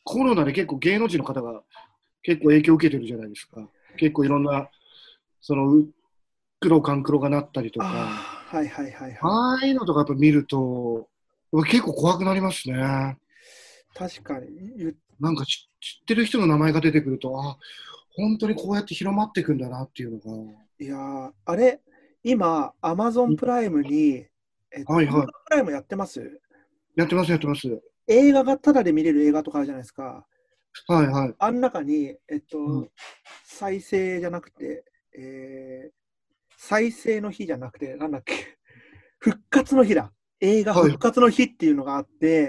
コロナで結構芸能人の方が結構影響を受けてるじゃないですか。結構いろんな、その、黒かん黒がなったりとか、 ああ、はいはいはいはい。 ああいうのとかやっぱ見ると、結構怖くなりますね。 確かに。 なんか知ってる人の名前が出てくると、あ、本当にこうやって広まっていくんだなっていうのが。 いやー、あれ、今、アマゾンプライムに、アマゾンはいはい。 プライムやってます？ やってます、やってます。 映画がタダで見れる映画とかあるじゃないですか。 はいはい。 あん中に、 うん。 再生じゃなくて、え再生の日じゃなくて、なんだっけ、復活の日だ。映画はい復活の日っていうのがあって、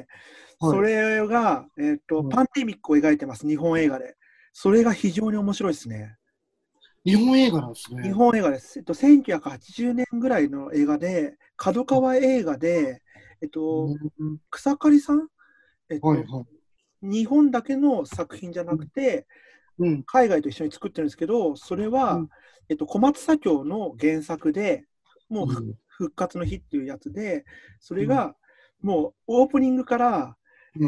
そはい。 れが、 うん、 パンデミックを描いてます、日本映画で。それが非常に面白いですね。 日本映画なんです日ね。 本映画です。1980年ぐらいの映画で、角川映画で、 うん、 草刈さん、えっと、 はいはい。 日本だけの作品じゃなくて、 うん。 海外と一緒に作ってるんですけど、それは、 うん。 小松左京の原作で、もううん。 復活の日っていうやつで、それうん。 がもうオープニングから、 うん。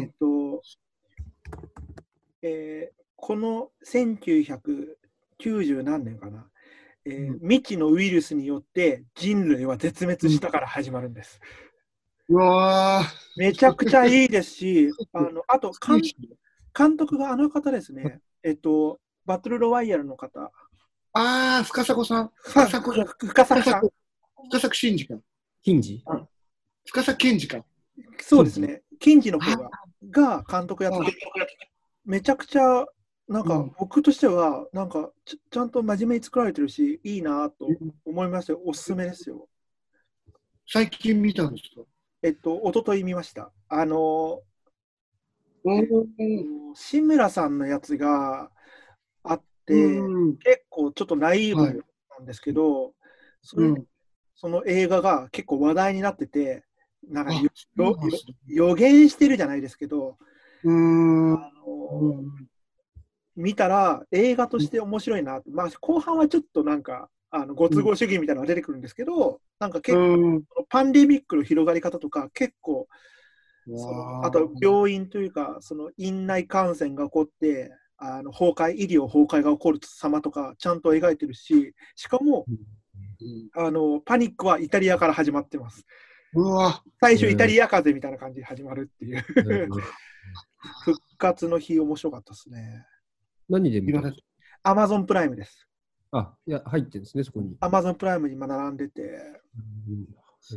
この1990何年かな、 うん。 未知のウイルスによって人類は絶うん。 滅したから始まるんです。 うわめちゃくちゃいいですし、 ー。 あとステージ。 監督があの方ですね。バトルロワイヤルの方。 ああ、深迫さん。深は、 迫じゃ、 深作さん。 深作、深作慎二か。 ヒンジ深作健二か。 そうヒンジですね。金次の方あが監督やってあ、 て、めちゃくちゃ、なんかうん。 僕としては、なんかちゃんと真面目に作られてるし、いいなと思いましたよ。おすすめですよ。 最近見たんですか？ 一昨日見ました。 おえっー。 志村さんのやつがあっうて、 ん。 結構ちょっとナイーはい。 ブなんですけど、それでうん。 その映画が結構話題になってて、なんかあ、そうなんですね。 予言してるじゃないですけど、 うーん。うあのん。 見たら映画として面白いな。まあ、後半はちょっとなんか、ごうん。 都合主義みたいなのが出てくるんですけど、なんかう結構、 ん。 パンデミックの広がり方とか、結構、あわと病院というか、その院内感染が起こって、医療崩壊が起こる様とか、ちゃんと描いてるし、しかも、 ー。 パニックはイタリアから始まってます。 うわ。 最初イタえーリア風邪みたいな感じで始まるっていうえー復活の日面白かったですね。 何で見たんですか？ アマゾンプライムです。 あ、いや、入ってるんですね、そこに。 アマゾンプライムに今並んでて、 うん。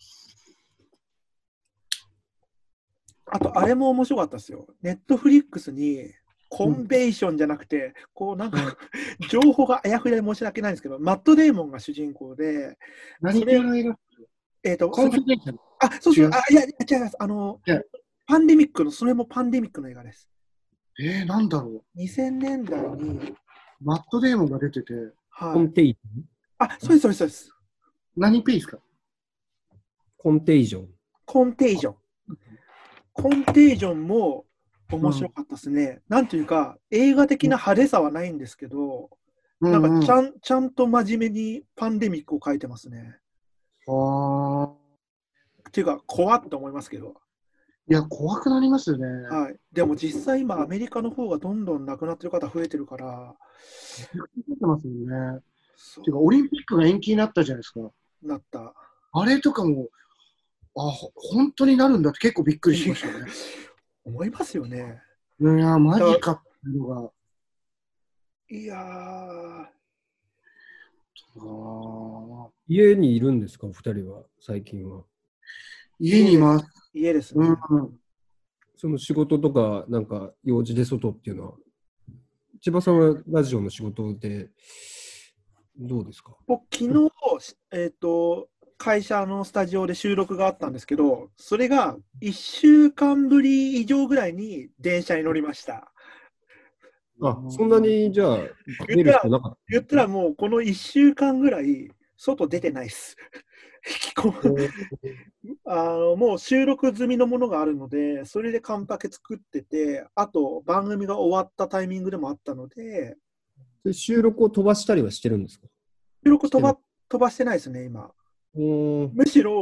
あとあれも面白かったですよ。ネットフリックスにコうん。 ンベーションじゃなくて、こうなんかうん。 情報があやふやで申し訳ないんですけど、マット・デーモンが主人公で、そ何れ、 系の映画？コそれ、 ンフィデンシャル。 そうそう、 違う。 いや、違います。 いや、 パンデミックの、それもパンデミックの映画です。 なんだろ 2000年代に、 う。マットデーモンが出てて、 はい。 コンテイ、 そうです、そうです、そうです。 何ペースか？ コンテイジョン。 コンテージョン。コンテージョンもうん。 面白かったですね。なんというか、映画的うん。 な派手さはないんですけど、なんかうん。うん。 ちゃんと真面目にパンデミックを書いてますね。 ああ。 っていうか、怖って思いますけど。 いや、怖くなりますよね。 はい。でも実際今、アメリカの方がどんどん亡くなってる方増えてるから、 出てますよね。ていうか、 そオリンピックが延期になったじゃないですか。 うなった。 あれとかも、本当になるんだって結構びっくりしましたね。 思いますよね。 いや、マジだかっていうのが。 いやー、 あー、 家にいるんですか、お二人は、最近は。 家家です。 にいます。 家ですうん。 ね。 その仕事とか、なんか、用事で外っていうのは、千葉さんはラジオの仕事で、どうですか？ 僕、昨日、会社のスタジオで収録があったんですけど、それが1週間ぶり以上ぐらいに電車に乗りました。 あ、そんなに、じゃあ、出言ったら、 る人なかった。 言ったらもうこの1週間ぐらい、外出てないです。引きこももう収録済みのものがあるので、それでカンパケ作ってて、あと番組が終わったタイミングでもあったので、 で収録を飛ばしたりはしてるんですか？ 収録してない。 飛ばしてないですね、今。 うーん。 むしろ、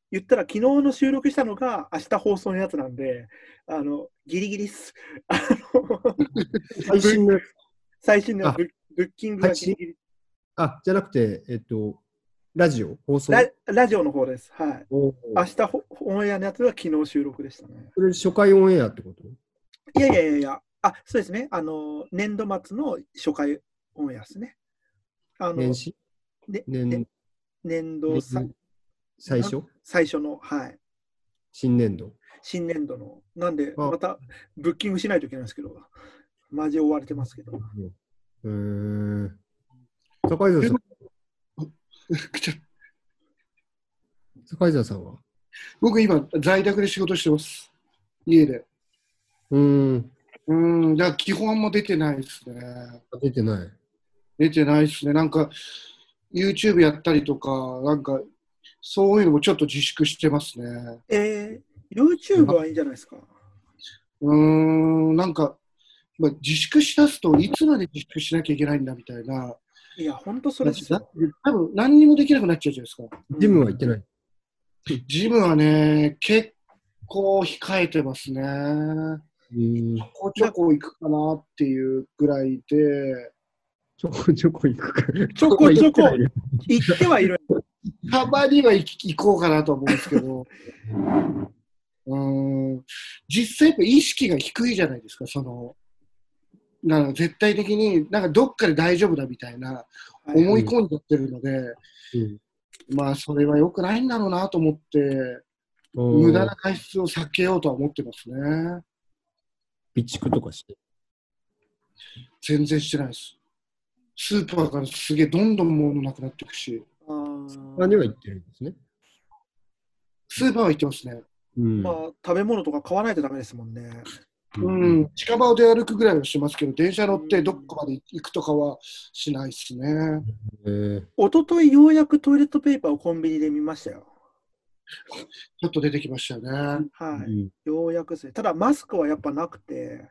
言ったら昨日の収録したのが明日放送のやつなんで、ギリギリっす。 最新のやつ。 最新のあブッキングがギリギリ。 じゃなくて、ラジオ放送ラジオの方です。はい。 おー明日オンエアのやつは昨日収録でしたね。 それ初回オンエアってこと？ いやいやいやいや、そうですね。年度末の初回オンエアですね。 年始ね年年度最初最初の、はい。 新年度。 新年度の。なんで、 あまたブッキングしないといけないんですけど、マジ追われてますけど。 坂井沢さん。坂井沢さんは僕今、在宅で仕事してます。家で。だから基本あんま出てないですね。 出てない。 出てないですね。なんか、YouTube やったりとか、なんか、そういうのもちょっと自粛してますね。 YouTube はいいんじゃないですか。 なんか、自粛しだすといつまで自粛しなきゃいけないんだみたいな。 いや、本当それですよ。 多分何にもできなくなっちゃうじゃないですか。 ジムは行ってない。 ジムはね、結構控えてますね。ちょこちょこ行くかなっていうぐらいで。 ちょこちょこ行くか。 ちょこちょこ行ってはいる。 たまには行こうかなと思うんですけど。実際やっぱ意識が低いじゃないですか、なんか絶対的になんかどっかで大丈夫だみたいな思い込んじゃってるので、まあそれは良くないんだろうなと思って、無駄な外出を避けようとは思ってますね。 備蓄とかして？ 全然してないです。スーパーからすげえどんどん物なくなっていくし。 何は行ってるんですね。 スーパーは行ってますね。 まあ食べ物とか買わないとダメですもんね。 近場を出歩くぐらいはしますけど、電車乗ってどこまで行くとかはしないですね。 おとといようやくトイレットペーパーをコンビニで見ましたよ。 ちょっと出てきましたよね。 はい。ようやくですね。ただマスクはやっぱなくて、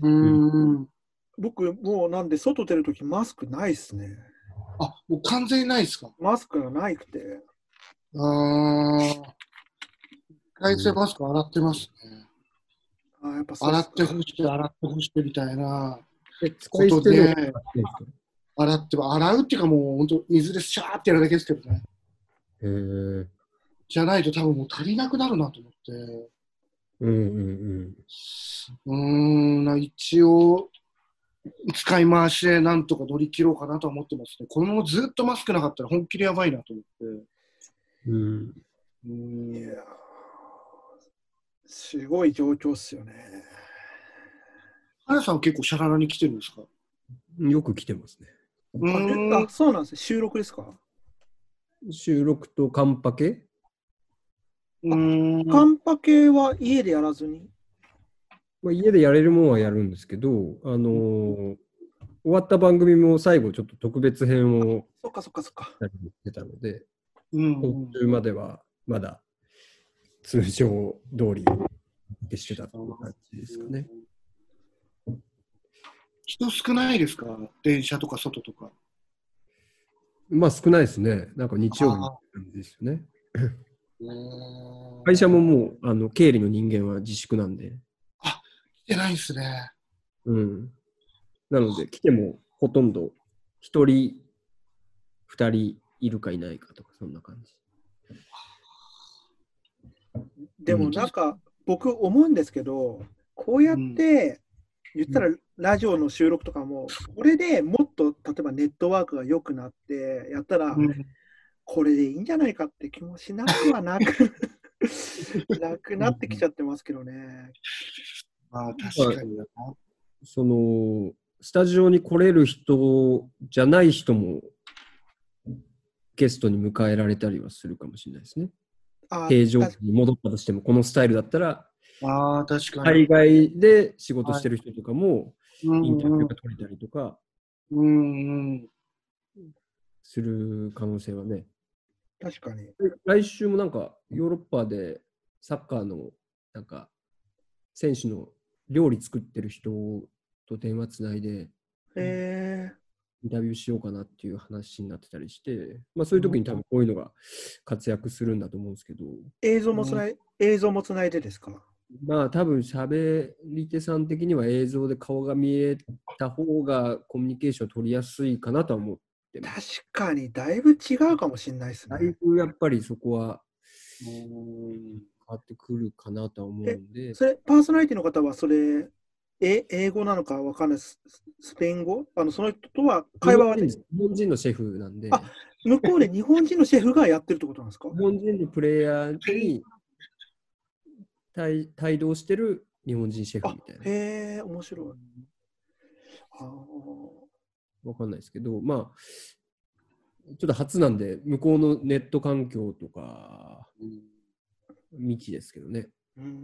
僕もうなんで外出るときマスクないっすね。 もう完全にないですか？ マスクがないくて。 外性マスク洗ってますね。 やっぱそう洗ってほしいみたいな使い捨てで、洗うっていうかもう本当水でシャーってやるだけですけどね。じゃないと多分もう足りなくなるなと思って。一応使い回しでなんとか乗り切ろうかなと思ってますね。このままずっとマスクなかったら本気でやばいなと思って。 いやすごい状況っすよね。 原さんは結構シャララに来てるんですか？ よく来てますね。 そうなんですね。収録ですか？ 収録とカンパケ？ カンパケは家でやらずに？ 家でやれるもんはやるんですけど、終わった番組も最後ちょっと特別編をそっかやってたので、 今週まではまだ通常通りでしてたという感じですかね。 人少ないですか？電車とか外とか。 まあ少ないですね。なんか日曜日なんですよね。会社ももう経理の人間は自粛なんで。 来てないですね。 なので来てもほとんど1人、2人いるかいないかとかそんな感じ。 でもなんか僕思うんですけど、こうやって言ったらラジオの収録とかも、これでもっと例えばネットワークが良くなってやったら、これでいいんじゃないかって気もしなくはなくなくなってきちゃってますけどね。 確かに。 スタジオに来れる人じゃない人もゲストに迎えられたりはするかもしれないですね。平常に戻ったとしても、このスタイルだったら、 確かに。 海外で仕事してる人とかも、インタビューが取れたりとか、する可能性はね。 確かに。 来週もなんか、ヨーロッパでサッカーの、なんか、選手の料理作ってる人と電話つないで、 インタビューしようかなっていう話になってたりして、まあ、そういう時に多分こういうのが活躍するんだと思うんですけど。 映像もつないでですか？ まあ多分喋り手さん的には映像で顔が見えた方がコミュニケーション取りやすいかなとは思ってます。 確かにだいぶ違うかもしれないですね。 だいぶやっぱりそこは変わってくるかなとは思うんで。 それパーソナリティの方はそれ英語なのかわかんないです。スペイン語その人とは会話は日本人のシェフなんで。 向こうで日本人のシェフがやってるってことなんですか？ 日本人のプレイヤーに帯同してる日本人シェフみたいな。 へえ、面白い。 わかんないですけど、まあ、ちょっと初なんで、向こうのネット環境とか、未知ですけどね。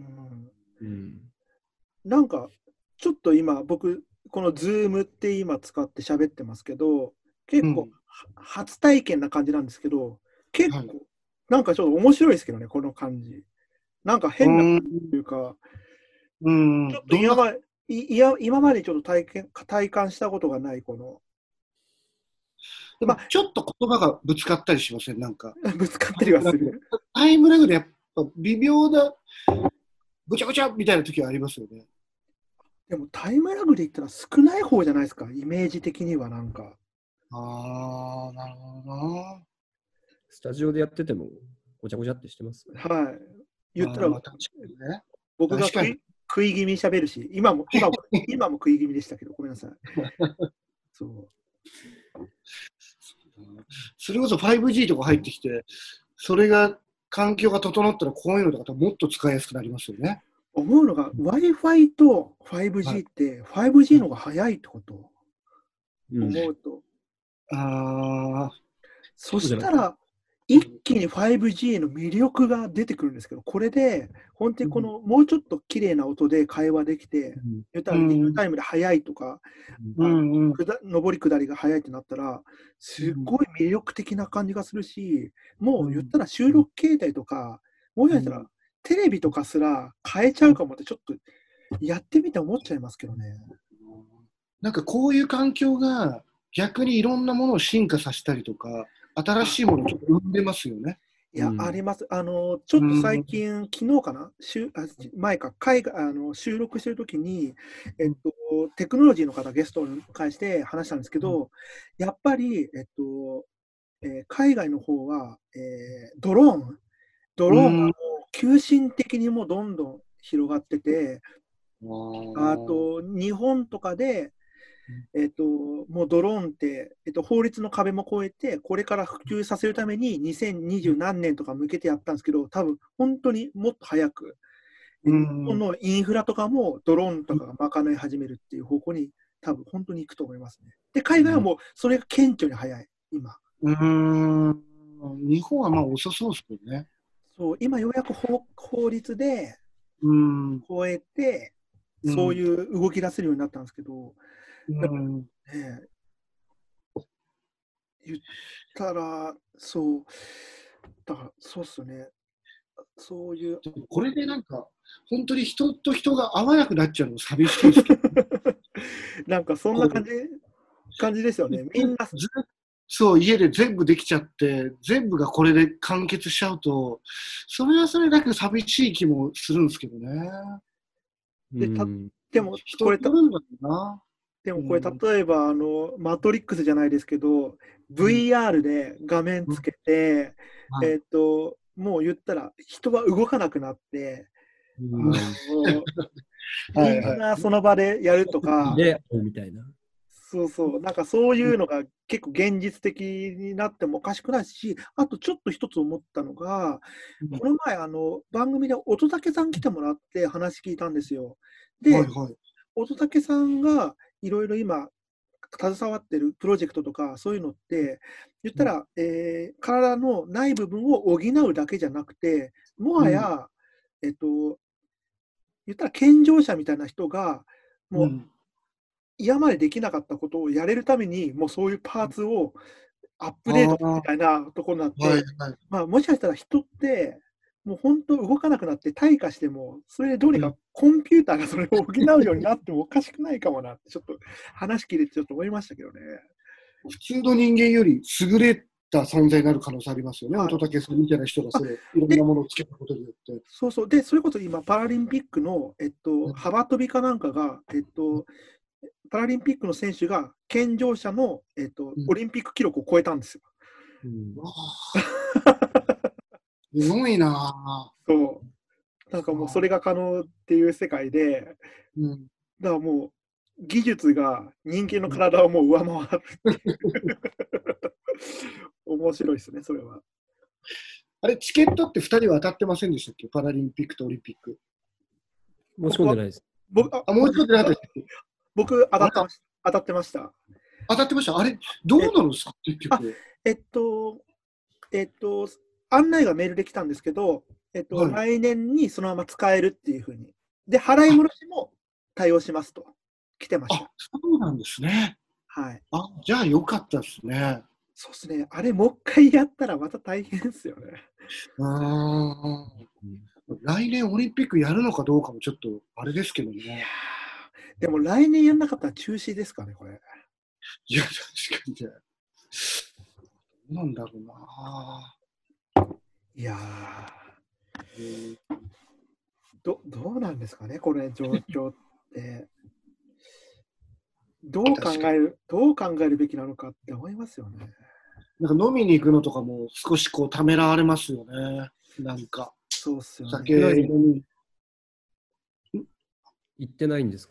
なんか、ちょっと今、僕、この Zoom って今使って喋ってますけど、結構、初体験な感じなんですけど、結構、なんかちょっと面白いですけどね、この感じ。なんか変な感じというか、ちょっと今までちょっと体感したことがない、この。 でもちょっと言葉がぶつかったりしません？なんか。 ぶつかったりはする。 タイムラグでやっぱ微妙な、ぐちゃぐちゃみたいな時はありますよね。 でもタイムラグで言ったら少ない方じゃないですか、イメージ的にはなんか。 ああ、なるほどな。 スタジオでやっててもごちゃごちゃってしてます、 ね。はい。言ったら、 確かにね、 僕が食い気味喋るし、今も食い気味でしたけど、ごめんなさい。そう。 それこそ 5G とか入ってきて、それが環境が整ったらこういうのとかもっと使いやすくなりますよね。 思うのが Wi-Fi と 5G って、5G の方が早いってことを思うと。そしたら一気に 5G の魅力が出てくるんですけど、これで本当にこのもうちょっと綺麗な音で会話できて、言ったらリアルタイムで速いとか、上り下りが速いってなったら、すっごい魅力的な感じがするし、もう言ったら収録形態とか、もしかしたらテレビとかすら変えちゃうかもってちょっとやってみて思っちゃいますけどね。 なんかこういう環境が逆にいろんなものを進化させたりとか、新しいものをちょっと生んでますよね。 いや、あります。ちょっと最近、昨日かな前か、収録してるときに、テクノロジーの方ゲストを迎えして話したんですけど、やっぱり、海外の方は、ドローンがもう急進的にもうどんどん広がってて、あと、日本とかで、もうドローンって、法律の壁も越えて、これから普及させるために2020何年とか向けてやったんですけど、多分本当にもっと早く、日本のインフラとかもドローンとかが賄い始めるっていう方向に、多分本当に行くと思いますね。で、海外はもうそれが顕著に早い、今。 日本はまあ遅そうですけどね。 そう、今ようやく法律で超えて、そういう動き出せるようになったんですけど、言ったら、そう、だから、そうっすね。そういう。 これでなんか、本当に人と人が合わなくなっちゃうの寂しいですけど。 なんかそんな感じですよね。みんな。 そう、家で全部できちゃって、全部がこれで完結しちゃうと、それはそれだけ寂しい気もするんですけどね。 でも、これ、 でもこれ、例えば、マトリックスじゃないですけど、VR で画面つけて、もう言ったら、人は動かなくなって、みんなその場でやるとか、 みたいな。 そうそう、なんかそういうのが結構現実的になってもおかしくないし、あとちょっと一つ思ったのが、この前、番組で乙武さん来てもらって話聞いたんですよ。で、乙武さんがいろいろ今、携わってるプロジェクトとかそういうのって、言ったら、体のない部分を補うだけじゃなくて、もはや、言ったら健常者みたいな人が、もう、今までできなかったことをやれるために、もうそういうパーツをアップデートみたいなところになって、まあ、もしかしたら人って、もう本当動かなくなって退化しても、それでどうにかコンピューターがそれを補うようになってもおかしくないかもなって、ちょっと話聞いてちょっと思いましたけどね。 普通の人間より優れた存在になる可能性ありますよね。乙武さんみたいな人がそれ、いろんなものをつけたことによって。 そうそう。で、それこそ今、パラリンピックの、幅跳びかなんかが、パラリンピックの選手が健常者の、オリンピック記録を超えたんですよ。 すごいなぁ。 そう。なんかもうそれが可能っていう世界で、だからもう技術が人間の体をもう上回るっていう面白いですね、それは。 あれ、チケットって2人は当たってませんでしたっけ？パラリンピックとオリンピック。 申し込んでないです。 僕、 申し込んでなかったですっけ？ 僕当たってました。 当たってました。あれ、どうなのですか、結局。 案内がメールで来たんですけど、 はい、 来年にそのまま使えるっていうふうに。で、払い戻しも対応しますと来てました。 そうなんですね。 はい。 じゃあよかったですね。 そうですね。あれ、もう一回やったらまた大変ですよね。 来年オリンピックやるのかどうかもちょっとあれですけどね。 でも来年やんなかったら中止ですかね、これ。 いや、確かにね。どうなんだろうな。 いやどうなんですかね、これ、状況って。どう考えるべきなのかって思いますよね。 なんか飲みに行くのとかも少しこうためらわれますよね。なんか。 そうっすよね。 酒飲み。 行ってないんですか？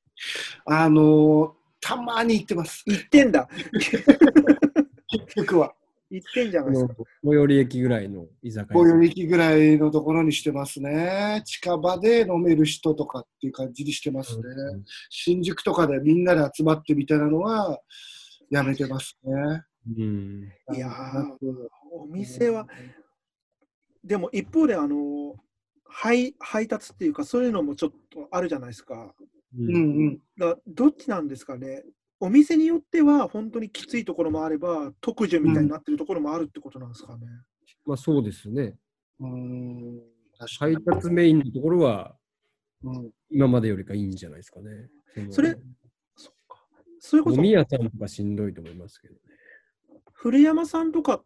たまに行ってます。 行ってんだ。 結局は。 行ってんじゃないですか。 最寄り駅ぐらいの居酒屋。 最寄り駅ぐらいのところにしてますね。近場で飲める人とかっていう感じにしてますね。新宿とかでみんなで集まってみたいなのはやめてますね。 いやー、お店は、でも一方で配達っていうか、そういうのもちょっとあるじゃないですか。どっちなんですかね。お店によっては本当にきついところもあれば、特需みたいになってるところもあるってことなんですかね。 まあそうですね。 配達メインのところは、今までよりかいいんじゃないですかね。 それこそ、 飲み屋さんとかしんどいと思いますけどね。 古山さんとかって、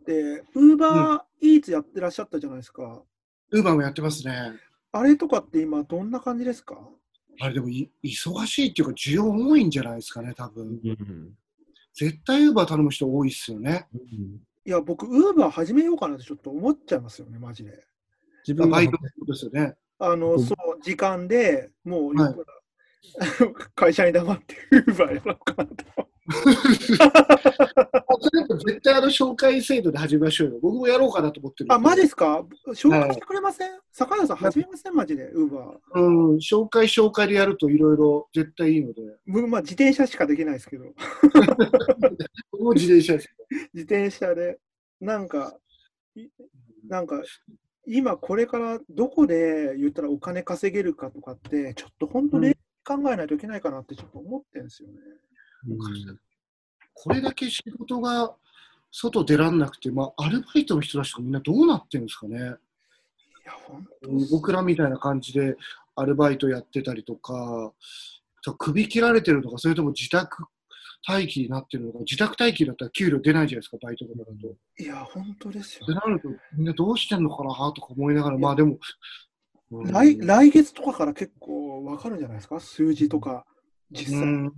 ウーバーイーツやってらっしゃったじゃないですか。 ウーバーもやってますね。 あれとかって今、どんな感じですか？ あれでも忙しいっていうか、需要多いんじゃないですかね、多分。絶対ウーバー頼む人多いっすよね。 いや、僕、ウーバー始めようかなってちょっと思っちゃいますよね、マジで。 自分がバイトってことですよね。 そう、時間でもう、会社に黙ってウーバーやろうかなと。 それ絶対紹介制度で始めましょうよ。僕もやろうかなと思ってる。 マジですか？紹介してくれません？坂田さん始めません？マジで、ウーバー。紹介でやるといろいろ絶対いいので。 僕、自転車しかできないですけど。 僕も自転車です。 自転車で、なんか、今これからどこで言ったらお金稼げるかとかって、ちょっと本当に考えないといけないかなってちょっと思ってるんですよね。 これだけ仕事が外出らんなくて、アルバイトの人たちとかみんなどうなってるんですかね。 いや本当僕らみたいな感じでアルバイトやってたりとか、首切られてるのか、それとも自宅待機になってるのか、自宅待機だったら給料出ないじゃないですか、バイトとかだと。 いや、本当ですよ、 ね。ってなると、みんなどうしてんのかなとか思いながら、でも。 来月とかから結構わかるんじゃないですか、数字とか、実際。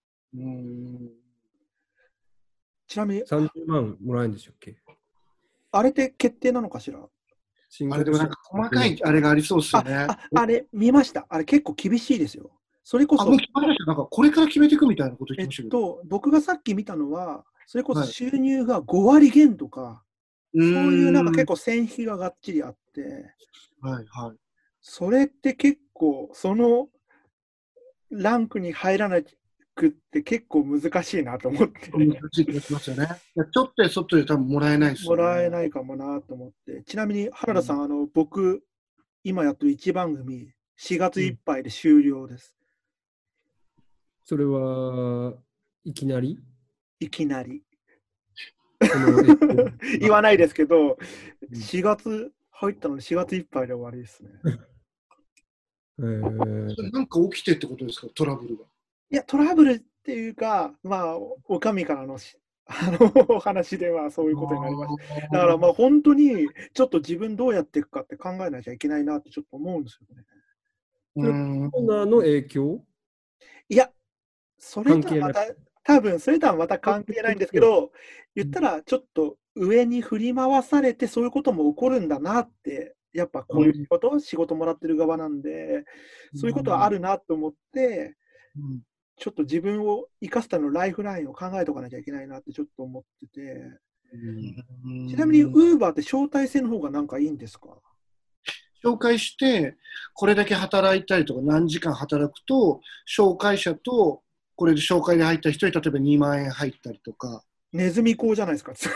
ちなみに。 30万もらえるんでしたっけ？ あれって決定なのかしら？ あれでもなんか細かいあれがありそうですよね。 あれ見ました。あれ結構厳しいですよ。それこそ。 なんかこれから決めていくみたいなこと言ってましたけど。僕がさっき見たのは、それこそ収入が5割減とか、そういうなんか結構線引きががっちりあって、それって結構、そのランクに入らなくって結構難しいなと思って。 難しい気がしますよね。ちょっと外で多分もらえないですよね。 もらえないかもなと思って。ちなみに原田さん、僕、今やってる1番組、4月いっぱいで終了です。 それはいきなり？ いきなり。言わないですけど、4月入ったのに4月いっぱいで終わりですね。 なんか起きてってことですか、トラブルが。 いや、トラブルっていうか、お上からのお話ではそういうことになりました。だからまあ本当にちょっと自分どうやっていくかって考えなきゃいけないなってちょっと思うんですよね。 コロナの影響いや、それとはまた、 関係な多分それとはまた関係ないんですけど、言ったらちょっと上に振り回されてそういうことも起こるんだなって、やっぱこういう仕事もらってる側なんで、そういうことはあるなと思って、ちょっと自分を生かすためのライフラインを考えておかなきゃいけないなってちょっと思ってて、ちなみにウーバーって招待制の方がなんかいいんですか？ 紹介して、これだけ働いたりとか、何時間働くと、紹介者と、これで紹介で入った人に、例えば2万円入ったりとか。 ネズミ講じゃないですか。そ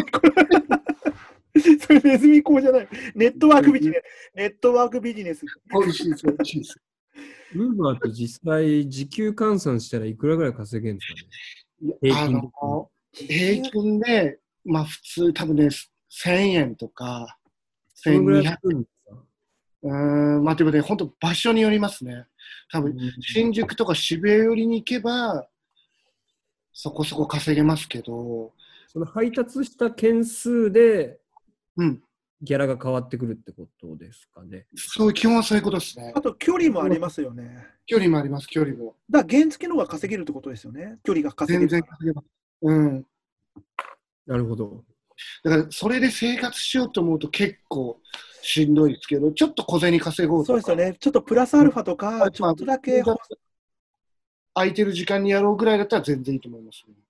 れネズミ講じゃない。ネットワークビジネス。ネットワークビジネス。 美味しいです、美味しいです。 ウーバーって実際、時給換算したらいくらぐらい稼げるんですかね？ 平均で、まあ普通、多分ね、1000円とか、 1200 円。まあでもね、本当場所によりますね。多分、新宿とか渋谷寄りに行けば、そこそこ稼げますけど。 その配達した件数で、 うん。 ギャラが変わってくるってことですかね。 そう、基本はそういうことですね。 あと、距離もありますよね。 距離もあります、距離も。 だから、原付の方が稼げるってことですよね。距離が稼げる。 全然稼げます。うん。 なるほど。 だから、それで生活しようと思うと結構しんどいですけど、ちょっと小銭稼ごうとか。 そうですよね。ちょっとプラスアルファとか、ちょっとだけ。 空いてる時間にやろうぐらいだったら全然いいと思いますね。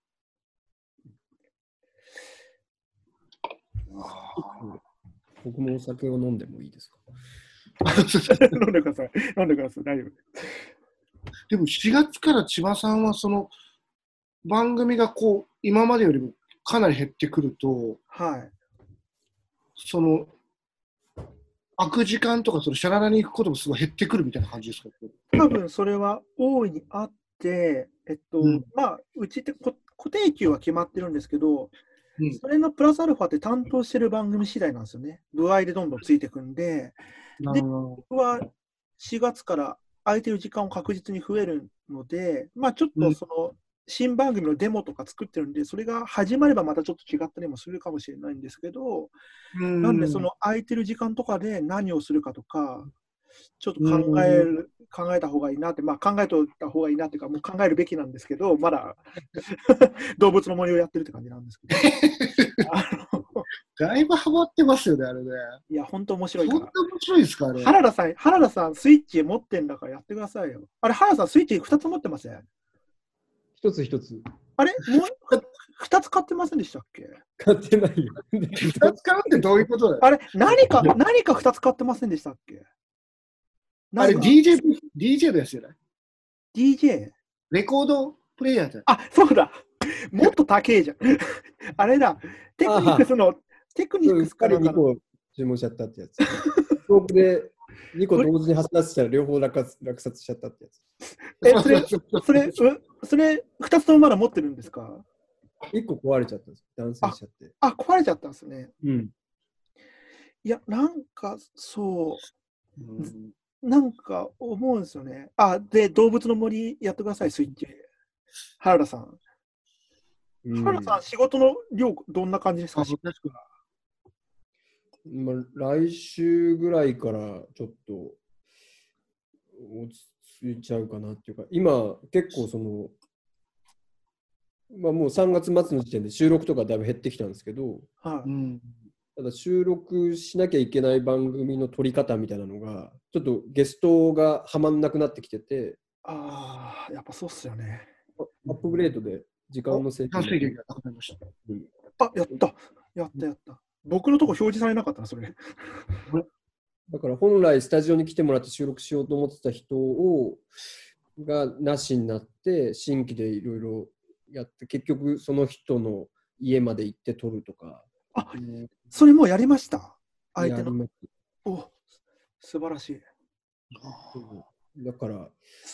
僕もお酒を飲んでもいいですか？ 飲んでください。飲んでください。大丈夫。 でも4月から千葉さんはその番組がこう今までよりもかなり減ってくると、 はい。 その空く時間とかそのシャララに行くこともすごい減ってくるみたいな感じですか？ 多分それは大いにあって、まあ、うちって固定給は決まってるんですけど、それのプラスアルファって担当してる番組次第なんですよね。歩合でどんどんついていくんで、で、僕は4月から空いてる時間を確実に増えるので、まあちょっとその新番組のデモとか作ってるんで、それが始まればまたちょっと違ったりもするかもしれないんですけど、なんでその空いてる時間とかで何をするかとか、ちょっと考えた方がいいなって、まあ考えといた方がいいなっていうか、もう考えるべきなんですけど、まだ動物の森をやってるって感じなんですけど。 だいぶハマってますよね、あれね。 いや、本当面白いから。 本当面白いですか、あれ。 原田さん、スイッチ持ってんだからやってくださいよ。あれ、原田さん、スイッチ2つ持ってません？ 一つ一つ。 あれもう2つ買ってませんでしたっけ？ 買ってないよ。 2つ買うってどういうことだよ。 あれ、何か2つ買ってませんでしたっけ？ あれ、DJ のやつじゃない？ DJ？ レコードプレイヤーじゃん。 あ、そうだ。もっと高えじゃん。あれだ。テクニックスかなんか 2個注文しちゃったってやつ。僕で2個同時に発達したら両方落札しちゃったってやつ。 それ2つともまだ持ってるんですか ？1個壊れちゃったんです。断線しちゃって。 壊れちゃったんですね。 うん。 いや、なんかそう、なんか思うんですよね。で、動物の森やってください、スイッチ。原田さん。原田さん、仕事の量、どんな感じですか？ まあ、来週ぐらいからちょっと落ち着いちゃうかなっていうか、今結構その、まあもう3月末の時点で収録とかだいぶ減ってきたんですけど、ただ収録しなきゃいけない番組の撮り方みたいなのが、ちょっとゲストがはまんなくなってきてて、 やっぱそうっすよね。 アップグレードで時間の制限がなくなりました。 やった。僕のとこ表示されなかったな、それ。 だから本来スタジオに来てもらって収録しようと思ってた人がなしになって、新規でいろいろやって、結局その人の家まで行って撮るとか。 それもうやりました。 相手の。 素晴らしい。 だから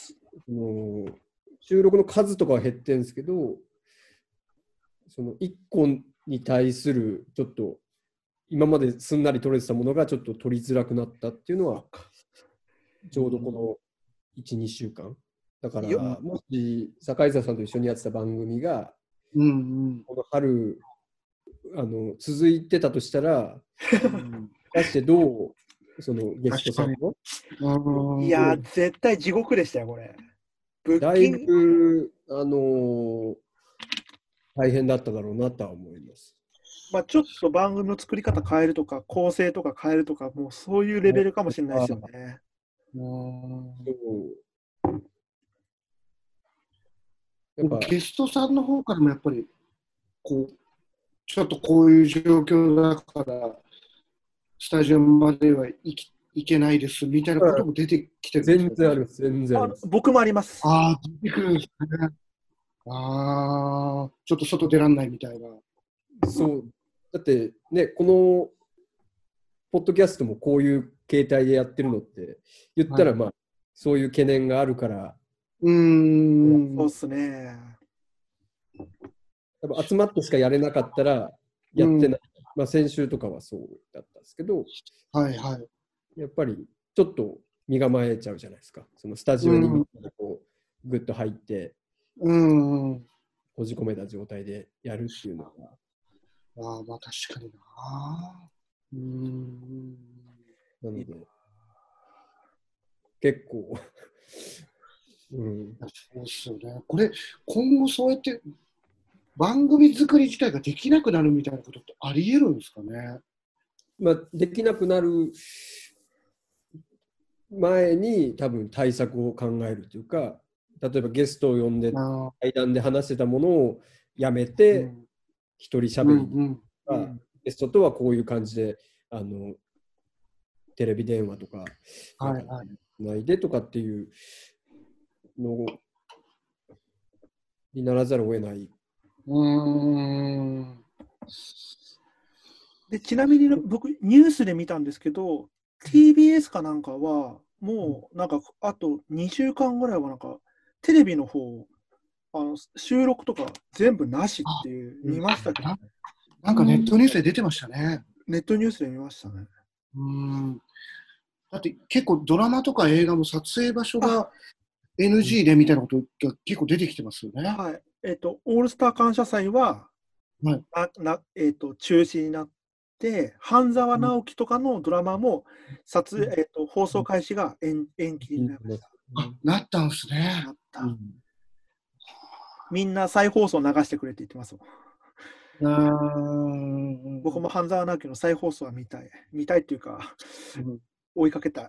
収録の数とかは減ってるんですけど、その1個に対するちょっと今まですんなり撮れてたものがちょっと撮りづらくなったっていうのはちょうどこの 1,2 週間だから、もし坂井沢さんと一緒にやってた番組がうんうん、 この春続いてたとしたら、出してどうそのゲストさんのいやー、絶対地獄でしたよ、これ。ブッだいキング、 ぶ、大変だっただろうなとは思います。 まあ、ちょっと番組の作り方変えるとか、構成とか変えるとか、もうそういうレベルかもしれないですよね。 やっぱゲストさんの方からもやっぱりこうちょっとこういう状況だからスタジオまでは行けないですみたいなことも出てきてるんですか？ 全然あります、全然あります。 僕もあります。 ああ、出てくるんですね。ああ、ちょっと外出らんないみたいな。 そう。だってね、このポッドキャストもこういう形態でやってるのって言ったら、まあ、そういう懸念があるから、 そうっすね。 やっぱ集まってしかやれなかったらやってない。まあ、先週とかはそうだったんですけど、 はいはい。 やっぱりちょっと身構えちゃうじゃないですか。そのスタジオにみんなでこうグッと入って、閉じ込めた状態でやるっていうのが。 ああ、まあ確かにな。 なので、結構そうっすよね。これ、今後そうやって番組作り自体ができなくなるみたいなことってあり得るんですかね。 まあ、できなくなる前に多分対策を考えるというか、例えばゲストを呼んで対談で話してたものをやめて一人喋りとか、ゲストとはこういう感じでテレビ電話とかないでとかっていうのにならざるを得ない。 でちなみに僕、ニュースで見たんですけど、TBS かなんかは、もうなんかあと2週間ぐらいはなんかテレビの方、収録とか全部なしっていう、見ましたけど、 なんかネットニュースで出てましたね。 ネットニュースで見ましたね。 だって結構ドラマとか映画も撮影場所が NG でみたいなことが結構出てきてますよね。 はい。オールスター感謝祭は、中止になって、半沢直樹とかのドラマも放送開始が延期になりました。 なったんですね。 みんな再放送流してくれって言ってますもん。僕も半沢直樹の再放送は見たい。見たいっていうか、追いかけたい。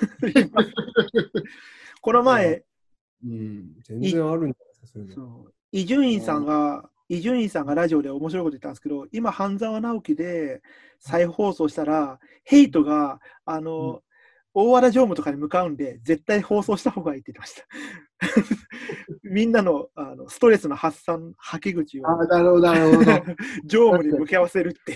この前、 全然あるんですよ。伊集院さんがラジオで面白いこと言ったんですけど、今、半沢直樹で再放送したら、ヘイトが、大和田常務とかに向かうんで、絶対放送した方がいいって言ってました。みんなの、ストレスの発散、吐き口を常務に向け合わせるっていう。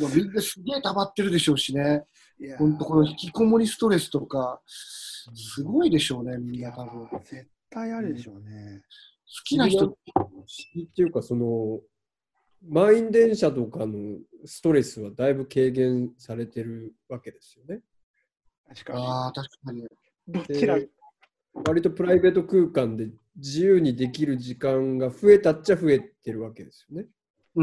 もうみんなすげえ溜まってるでしょうしね。本当この引きこもりストレスとか、すごいでしょうね、みんな多分。 絶対あるでしょうね。 好きな人っていうか、その、満員電車とかのストレスはだいぶ軽減されてるわけですよね。 確かに。 確かに。 どちら割とプライベート空間で自由にできる時間が増えたっちゃ増えてるわけですよね。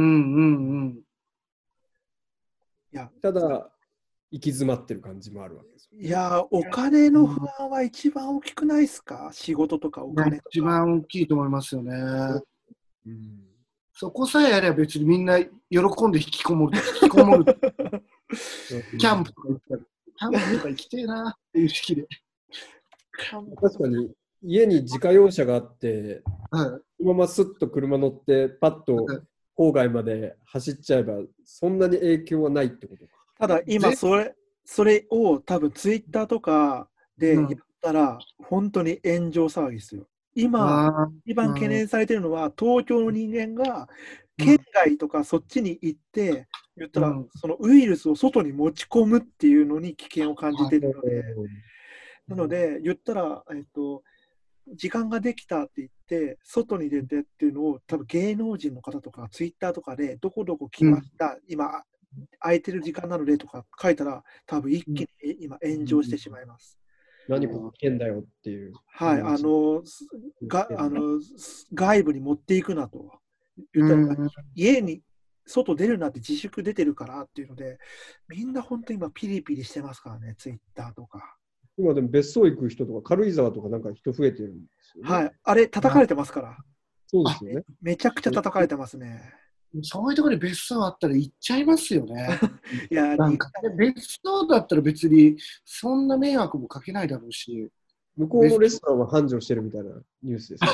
ただ、行き詰まってる感じもあるわけですよ、 いや、お金の不安は一番大きくないですか？仕事とかお金とか。 一番大きいと思いますよね。そこさえやれば別にみんな喜んで引きこもる。キャンプとか行きてえなっていう式で。 確かに家に自家用車があって、そのまますっと車乗ってパッと郊外まで走っちゃえばそんなに影響はないってことか。 ただ今それを多分ツイッターとかでやったら本当に炎上騒ぎですよ。今一番懸念されているのは東京の人間が県外とかそっちに行って言ったらそのウイルスを外に持ち込むっていうのに危険を感じているので、なので言ったら時間ができたって言って外に出てっていうのを多分芸能人の方とかツイッターとかでどこどこ来ました、今空いてる時間なのでとか書いたら多分一気に今炎上してしまいます。 何ここ危険だよっていう。 はい、外部に持っていくなと。言ったら、家に外出るなって自粛出てるからっていうので、みんな本当に今ピリピリしてますからね、ツイッターとか。 今でも別荘行く人とか、軽井沢とかなんか人増えてるんですよね。 はい、あれ叩かれてますから。 そうですよね。 めちゃくちゃ叩かれてますね。 そういうところに別荘あったら行っちゃいますよね。 いや、 なんか別荘だったら別にそんな迷惑もかけないだろうし。 向こうのレストランは繁盛してるみたいなニュースです、ね。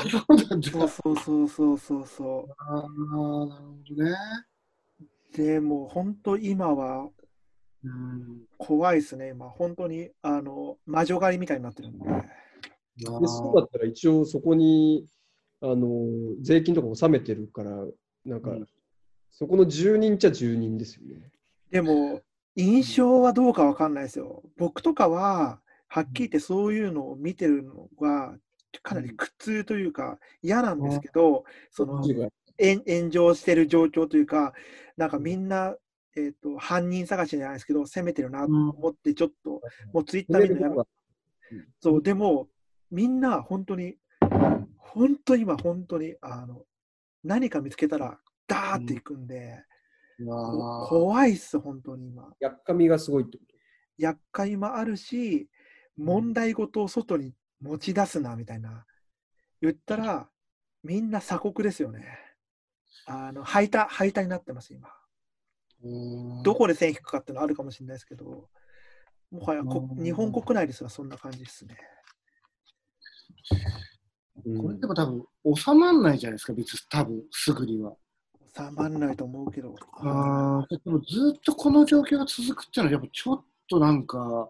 そう。 ああ、なるほどね。 でも本当今は怖いですね。今本当に魔女狩りみたいになってるんで。 でそうだったら一応そこに税金とか納めてるからなんか、そこの住人っちゃ住人ですよね。 でも印象はどうかわかんないですよ。僕とかははっきり言ってそういうのを見てるのがかなり苦痛というか嫌なんですけど、その炎上してる状況というか、なんかみんな、犯人探しじゃないですけど、攻めてるなと思って、ちょっと、もうツイッター見るのやめ、そう、でも、みんな本当に今、本当に、何か見つけたら、ダーっていくんで、怖いっす、本当に今。 やっかみがすごいってこと？ やっかみもあるし、問題事を外に持ち出すな、みたいな。言ったら、みんな鎖国ですよね。排他になってます、今。どこで線引くかっていうのはあるかもしれないですけど、もはや日本国内ですらそんな感じですね。 これでも多分収まらないじゃないですか、別に多分すぐには。 収まらないと思うけど。 でもずっとこの状況が続くっていうのは、やっぱちょっとなんか、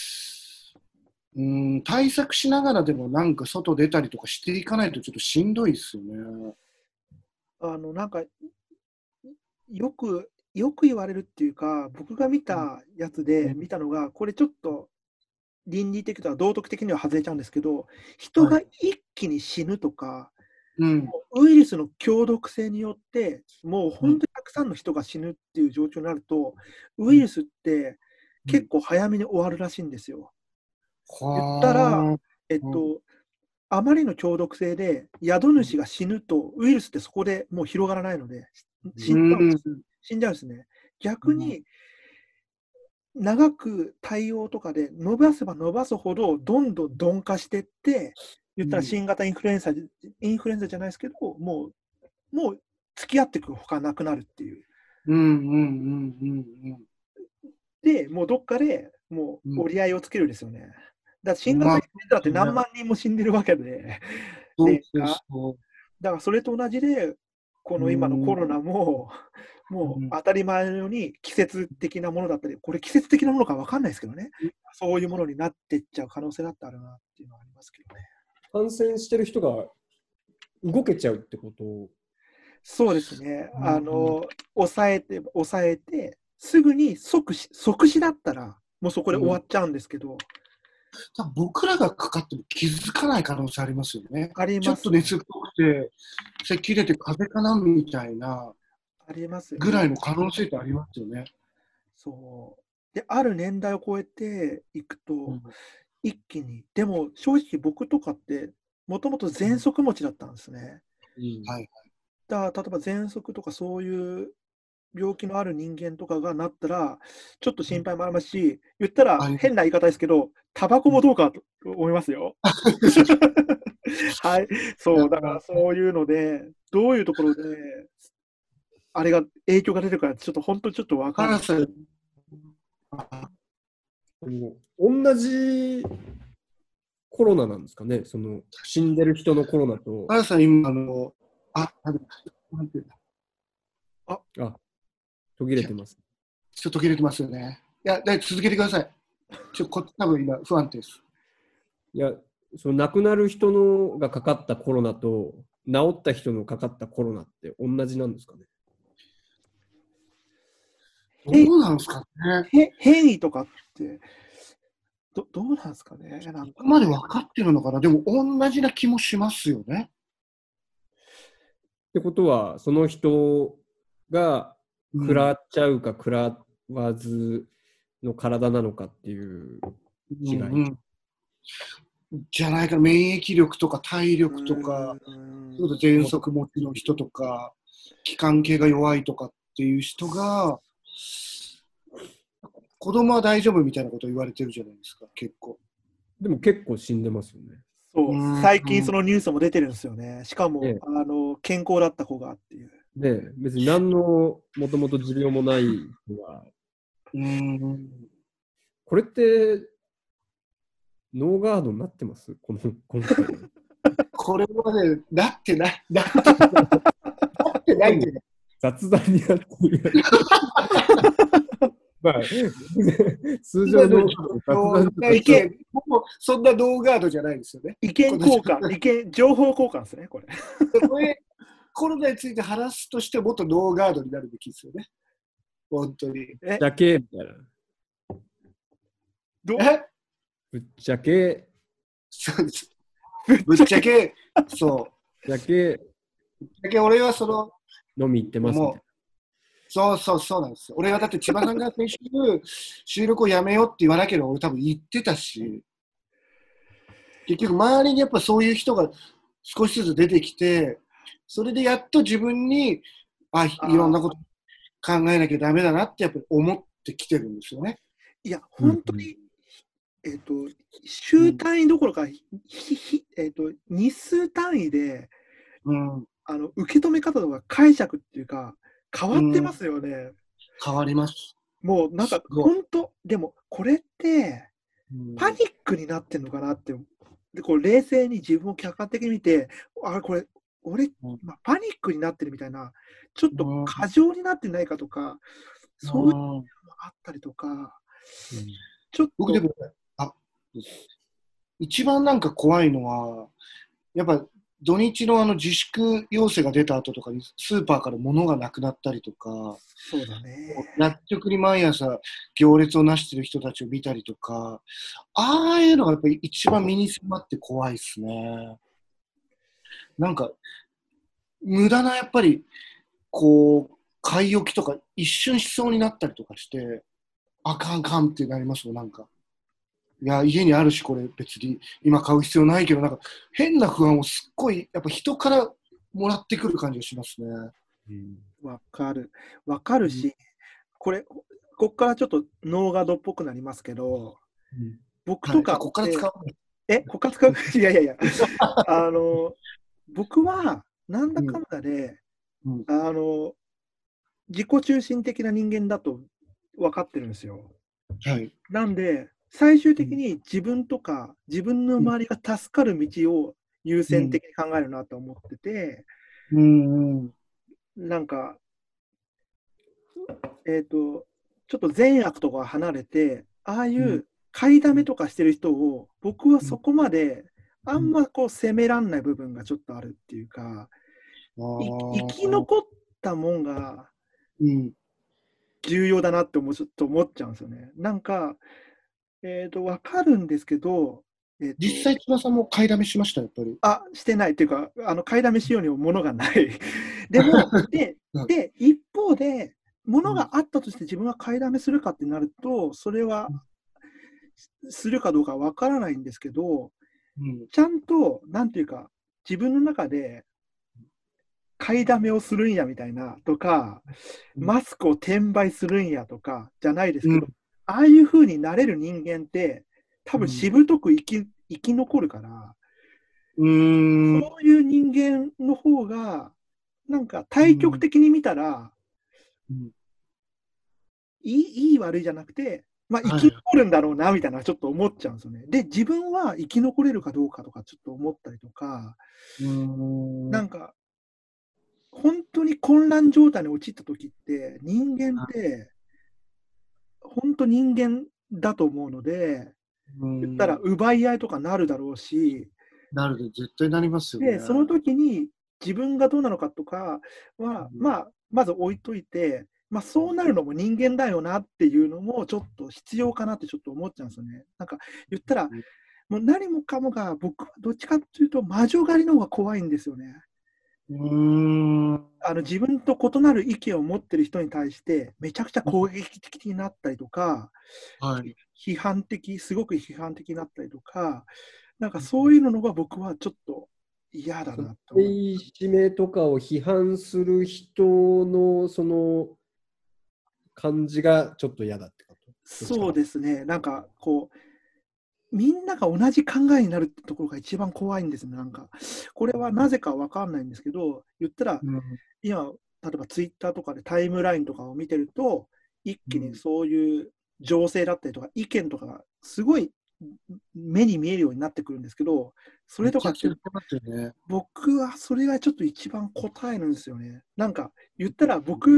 対策しながらでもなんか外出たりとかしていかないとちょっとしんどいですよね。 なんかよく言われるっていうか、僕が見たやつで見たのが、これちょっと倫理的とか道徳的には外れちゃうんですけど、人が一気に死ぬとか、ウイルスの強毒性によって、もう本当にたくさんの人が死ぬっていう状況になると、ウイルスって結構早めに終わるらしいんですよ。言ったら、あまりの強毒性で宿主が死ぬと、ウイルスってそこでもう広がらないので、死んじゃうんですね。逆に、長く対応とかで伸ばせば伸ばすほど、どんどん鈍化していって、言ったら新型インフルエンザじゃないですけど、もう付き合っていくほかなくなるっていう。で、もうどっかでもう折り合いをつけるんですよね。だから新型インフルエンザって何万人も死んでるわけで、だからそれと同じで、この今のコロナも、もう当たり前のように季節的なものだったり、これ季節的なものか分かんないですけどね、そういうものになっていっちゃう可能性だってあるなっていうのはありますけどね。 感染してる人が動けちゃうってこと？ そうですね。抑えて、すぐに即死だったら、もうそこで終わっちゃうんですけど、 僕らがかかっても気づかない可能性ありますよね。 あります、ね。 ちょっと熱っぽくて、咳出て風邪かなみたいなぐらいの可能性ってありますよね。 そう。で、ある年代を超えていくと、一気に。でも、正直僕とかって、もともと喘息持ちだったんですね。だから、例えば喘息とかそういう病気のある人間とかがなったら、ちょっと心配もありますし、言ったら変な言い方ですけど、タバコもどうかと思いますよ。はい、そう、だからそういうので、どういうところで、あれが影響が出てるか、ちょっと本当にちょっと分からない。 同じコロナなんですかね、その死んでる人のコロナと。 原さん、今、 途切れてます。 ちょっと途切れてますよね。いや、続けてください。多分今、不安定です。 いや、その亡くなる人のがかかったコロナと、治った人のかかったコロナって同じなんですかね。 どうなんですかね。 変異とかって、どうなんですかね。 ここまで分かってるのかな。でも、同じな気もしますよね。 ってことは、その人が食らっちゃうか食らわずの体なのかっていう違い。 じゃないかな、免疫力とか体力とか、喘息持ちの人とか、気管系が弱いとかっていう人が、子供は大丈夫みたいなこと言われてるじゃないですか、結構。 でも結構死んでますよね。 そう、最近そのニュースも出てるんですよね。しかも、 ね、 健康だった子がっていう。 ね、別に何のもともと持病もない人が。これって、ノーガードになってます今回。 これはね、なってない。なってないけど。 雑談になってる。まあ、通常のそんなノーガードじゃないですよね。 意見交換、情報交換ですね、これ。 これ、コロナについて話すとしてもっとノーガードになるべきですよね。本当に。 だけみたいな。ぶっちゃけ。 そうです。ぶっちゃけ、そう。 だけ俺はその、 飲み行ってますみたいな。 そうなんですよ。俺はだって千葉さんが先週収録をやめようって言わなければ俺多分言ってたし、結局周りにやっぱそういう人が少しずつ出てきて、それでやっと自分にいろんなこと考えなきゃダメだなってやっぱり思ってきてるんですよね。 いや、本当に、週単位どころか、日数単位で、受け止め方とか解釈っていうか、変わってますよね。 変わります。 もうなんか、本当、でもこれって、パニックになってんのかなって、でこう冷静に自分を客観的に見て、これ、俺、パニックになってるみたいな、ちょっと過剰になってないかとか、そういうのもあったりとか、ちょっと。 僕でも、一番なんか怖いのは、やっぱ土日の自粛要請が出た後とかにスーパーから物がなくなったりとか、 そうだね。 薬局に毎朝行列をなしてる人たちを見たりとか、ああいうのがやっぱり一番身に迫って怖いですね。なんか、無駄なやっぱり、こう、買い置きとか一瞬しそうになったりとかして、あかんってなりますもん、なんか。いや、家にあるし、これ別に今買う必要ないけど、なんか変な不安をすっごい、やっぱ人からもらってくる感じがしますね。 わかるし、こっからちょっとノーガードっぽくなりますけど、僕とか、 こっから使う。 こっから使ういやいやいや、僕はなんだかんだで、自己中心的な人間だと分かってるんですよ。なんで、最終的に自分とか自分の周りが助かる道を優先的に考えるなと思ってて、なんか、ちょっと善悪とか離れて、ああいう買いだめとかしてる人を、僕はそこまであんまこう責めらんない部分がちょっとあるっていうか、生き残ったもんが重要だなってちょっと思っちゃうんですよね。なんか、わかるんですけど、 実際、千葉さんも買いだめしました、やっぱり。 してないっていうか、買いだめしようにも物がない。でも、で、一方で、物があったとして自分は買いだめするかってなると、それはするかどうかわからないんですけど、ちゃんと、なんていうか、自分の中で、買いだめをするんやみたいなとか、マスクを転売するんやとかじゃないですけど、ああいう風になれる人間って、多分しぶとく生き残るから、そういう人間の方が、なんか対極的に見たら、いい悪いじゃなくて、生き残るんだろうなみたいなちょっと思っちゃうんですよね。で、自分は生き残れるかどうかとかちょっと思ったりとか、なんか、本当に混乱状態に陥った時って、人間って、本当人間だと思うので、言ったら奪い合いとかなるだろうし、 絶対なりますよね。 で、その時に自分がどうなのかとかは、まず置いといて、そうなるのも人間だよなっていうのもちょっと必要かなってちょっと思っちゃうんですよね。なんか言ったら、もう何もかもが僕はどっちかというと魔女狩りの方が怖いんですよね。自分と異なる意見を持ってる人に対してめちゃくちゃ攻撃的になったりとか、 批判的、すごく批判的になったりとか、なんかそういうのが僕はちょっと嫌だなと。 いじめとかを批判する人のその感じがちょっと嫌だってこと？ そうですね。なんかこう、みんなが同じ考えになるってところが一番怖いんですよね。なんか、これはなぜかわかんないんですけど、言ったら、今、例えばツイッターとかでタイムラインとかを見てると、一気にそういう情勢だったりとか、意見とかがすごい目に見えるようになってくるんですけど、それとかって、僕はそれがちょっと一番答えるんですよね。なんか、言ったら僕って、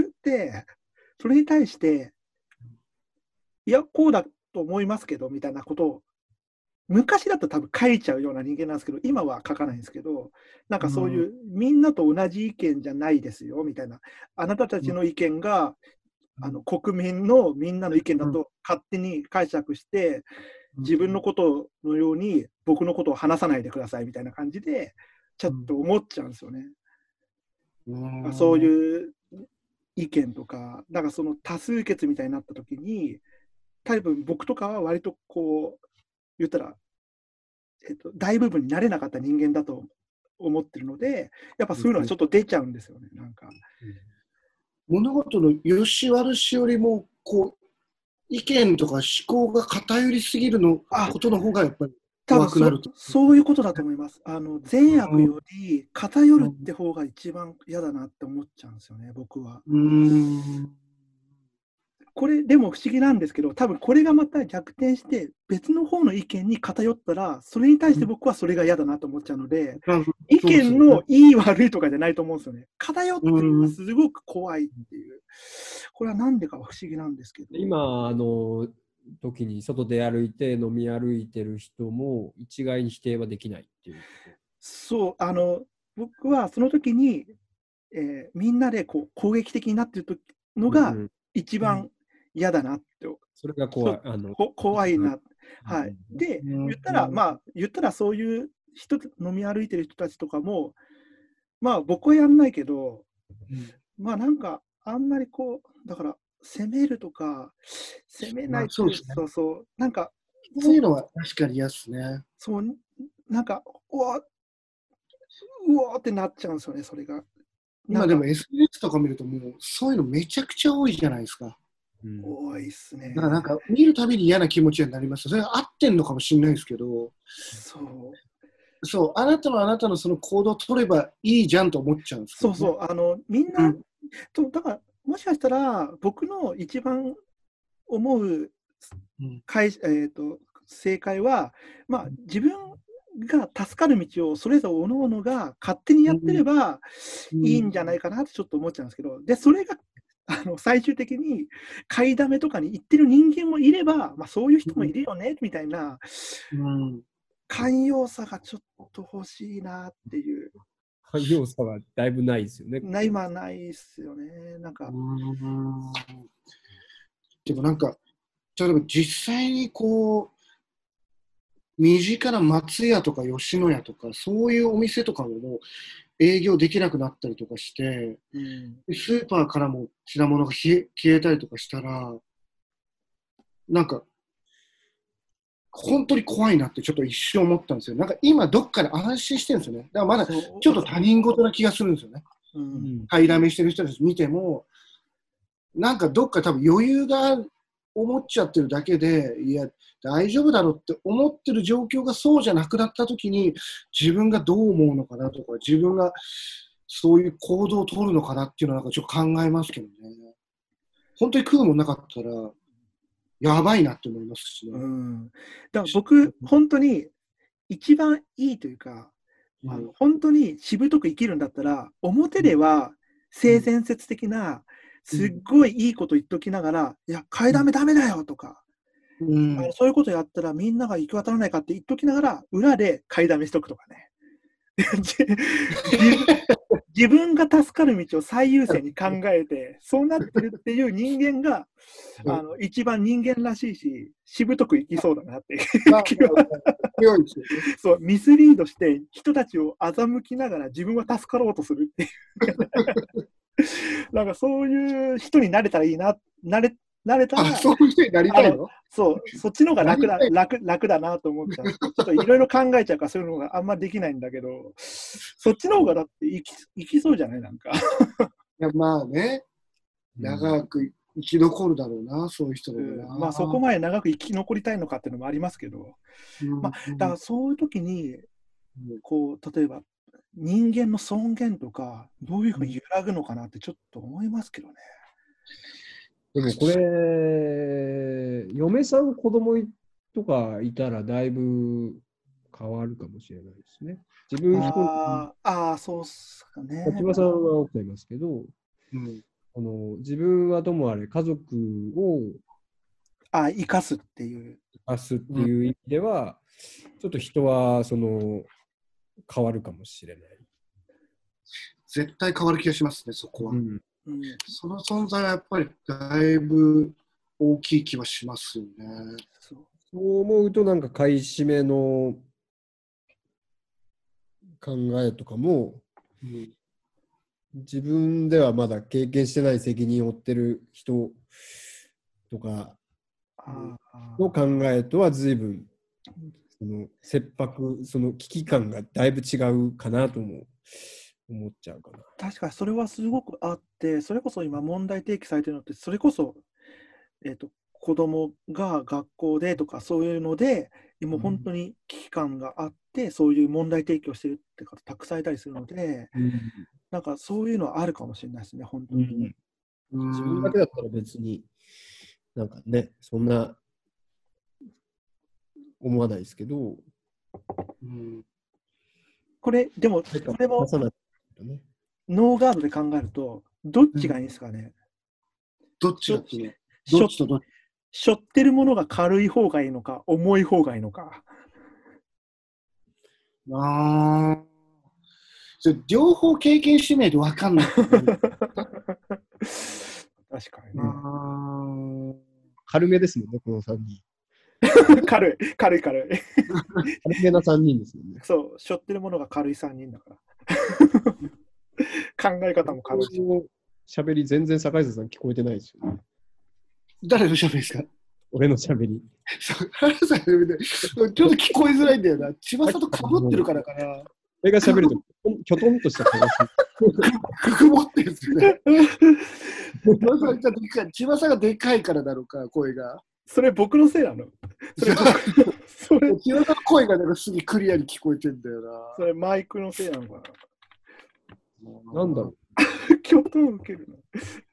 それに対して、いや、こうだと思いますけど、みたいなことを、昔だと多分書いちゃうような人間なんですけど、今は書かないんですけど、なんかそういう、みんなと同じ意見じゃないですよ、みたいな。あなたたちの意見が、国民のみんなの意見だと勝手に解釈して、自分のことのように僕のことを話さないでくださいみたいな感じで、ちょっと思っちゃうんですよね。そういう意見とか、だからその多数決みたいになった時に、多分僕とかは割とこう、言ったら、大部分になれなかった人間だと思ってるので、やっぱそういうのはちょっと出ちゃうんですよね、なんか。 物事の良し悪しよりも、こう、意見とか思考が偏りすぎることの方がやっぱり怖くなると。 そういうことだと思います。善悪より偏るって方が一番嫌だなって思っちゃうんですよね、僕は。これでも不思議なんですけど、多分これがまた逆転して別の方の意見に偏ったら、それに対して僕はそれが嫌だなと思っちゃうので、意見のいい悪いとかじゃないと思うんですよね。偏ってるのがすごく怖いっていう。これはなんでかは不思議なんですけど。 今時に外で歩いて飲み歩いてる人も一概に否定はできないっていうこと。 そう、僕はその時に、みんなでこう攻撃的になってるのが一番嫌だなって。 それが怖い。 怖いな。はい。で、言ったらそういう人、飲み歩いてる人たちとかも、まあ僕はやんないけど、まあなんかあんまりこう、だから責めるとか、責めないっていう、そうそう、なんか、 そういうのは確かに嫌ですね。 そう、なんか、うわーってなっちゃうんですよね、それが。 今でも SNS とか見ると、もうそういうのめちゃくちゃ多いじゃないですか。 多いっすね。 だからなんか見るたびに嫌な気持ちになります。それは合ってんのかもしれないですけど、そう、あなたのその行動を取ればいいじゃんと思っちゃうんですよね。 そう、みんな、だから、もしかしたら僕の一番思う、正解は、まあ、自分が助かる道をそれぞれ各々が勝手にやってればいいんじゃないかなってちょっと思っちゃうんですけど、で、それが最終的に買いだめとかに行ってる人間もいれば、まあ、そういう人もいるよねみたいな寛容さがちょっと欲しいなっていう。 寛容さはだいぶないですよね。 今ないですよね。なんか。 でもなんか、例えば実際にこう、身近な松屋とか吉野家とか、そういうお店とかももう営業できなくなったりとかして、スーパーからも品物が消えたりとかしたら、なんか、本当に怖いなってちょっと一瞬思ったんですよ。なんか今どっかで安心してるんですよね。だからまだちょっと他人事な気がするんですよね。買いだめしてる人たち見ても、なんかどっか多分余裕が思っちゃってるだけで、いや、大丈夫だろうって思ってる状況がそうじゃなくなった時に、自分がどう思うのかなとか、自分がそういう行動を取るのかなっていうのはなんかちょっと考えますけどね。本当に食うもんなかったら、やばいなって思いますしね。 だから僕、本当に一番いいというか、本当にしぶとく生きるんだったら、表では性善説的な、すっごいいいこと言っときながら、いや、買いだめダメだよとか、そういうことやったらみんなが行き渡らないかって言っときながら、裏で買いだめしとくとかね。自分が助かる道を最優先に考えて、そうなってるっていう人間が、一番人間らしいし、しぶとく生きそうだなっていう気は。そう、ミスリードして人たちを欺きながら自分は助かろうとするっていう。なんかそういう人になれたらいいな、なれなれたら、 そういう人になりたいの？ そっちの方が楽なり楽だなと思っちゃう。ちょっといろいろ考えちゃうから、そういうのがあんまできないんだけど、そっちの方がだって生きそうじゃないなんか。 いや、まあね、長く生き残るだろうな、そういう人だな。 まあそこまで長く生き残りたいのかっていうのもありますけど、まあだからそういう時に、こう、例えば人間の尊厳とか、どういうふうに揺らぐのかなってちょっと思いますけどね。 でもこれ、嫁さん、子供とかいたらだいぶ変わるかもしれないですね。自分一人、 そうっすかね。 千葉さんは奥さんいますけど、自分はともあれ家族を生かすっていう。 生かすっていう意味では、ちょっと人は変わるかもしれない。 絶対変わる気がしますね、そこは。その存在はやっぱりだいぶ大きい気はしますよね。 そう思うと、なんか買い占めの考えとかも、自分ではまだ経験してない責任を負ってる人とかの考えとは随分切迫、危機感がだいぶ違うかなとも思っちゃうかな。 確かにそれはすごくあって、それこそ今問題提起されてるのって、それこそ、子供が学校でとかそういうので、もう本当に危機感があって、そういう問題提起をしてるって方たくさんいたりするので、なんかそういうのはあるかもしれないですね、本当に。 自分だけだったら別に、なんかね、そんな思わないですけど、 これ、でも、これも、ノーガードで考えると、どっちがいいんですかね。 どっちがいいの？ 背負ってるものが軽い方がいいのか、重い方がいいのか。 両方経験してないと分かんない。 確かにね。 軽めですもんね、この3人。 軽い。 軽めな3人ですよね。 そう、背負ってるものが軽い3人だから。考え方も軽いし。 喋り全然坂井さん聞こえてないですよね。 誰の喋りですか？ 俺の喋り。 ちょっと聞こえづらいんだよな。千葉さんと被ってるからかな。 俺が喋るときょとんとした顔してくもってるんですね。千葉さんがでかいからだろうか、声が。 それ僕のせいなの？ 千葉さんの声がなんかすげえクリアに聞こえてんだよな。 それマイクのせいなのかな？ なんだろう。 きょとん受けるな。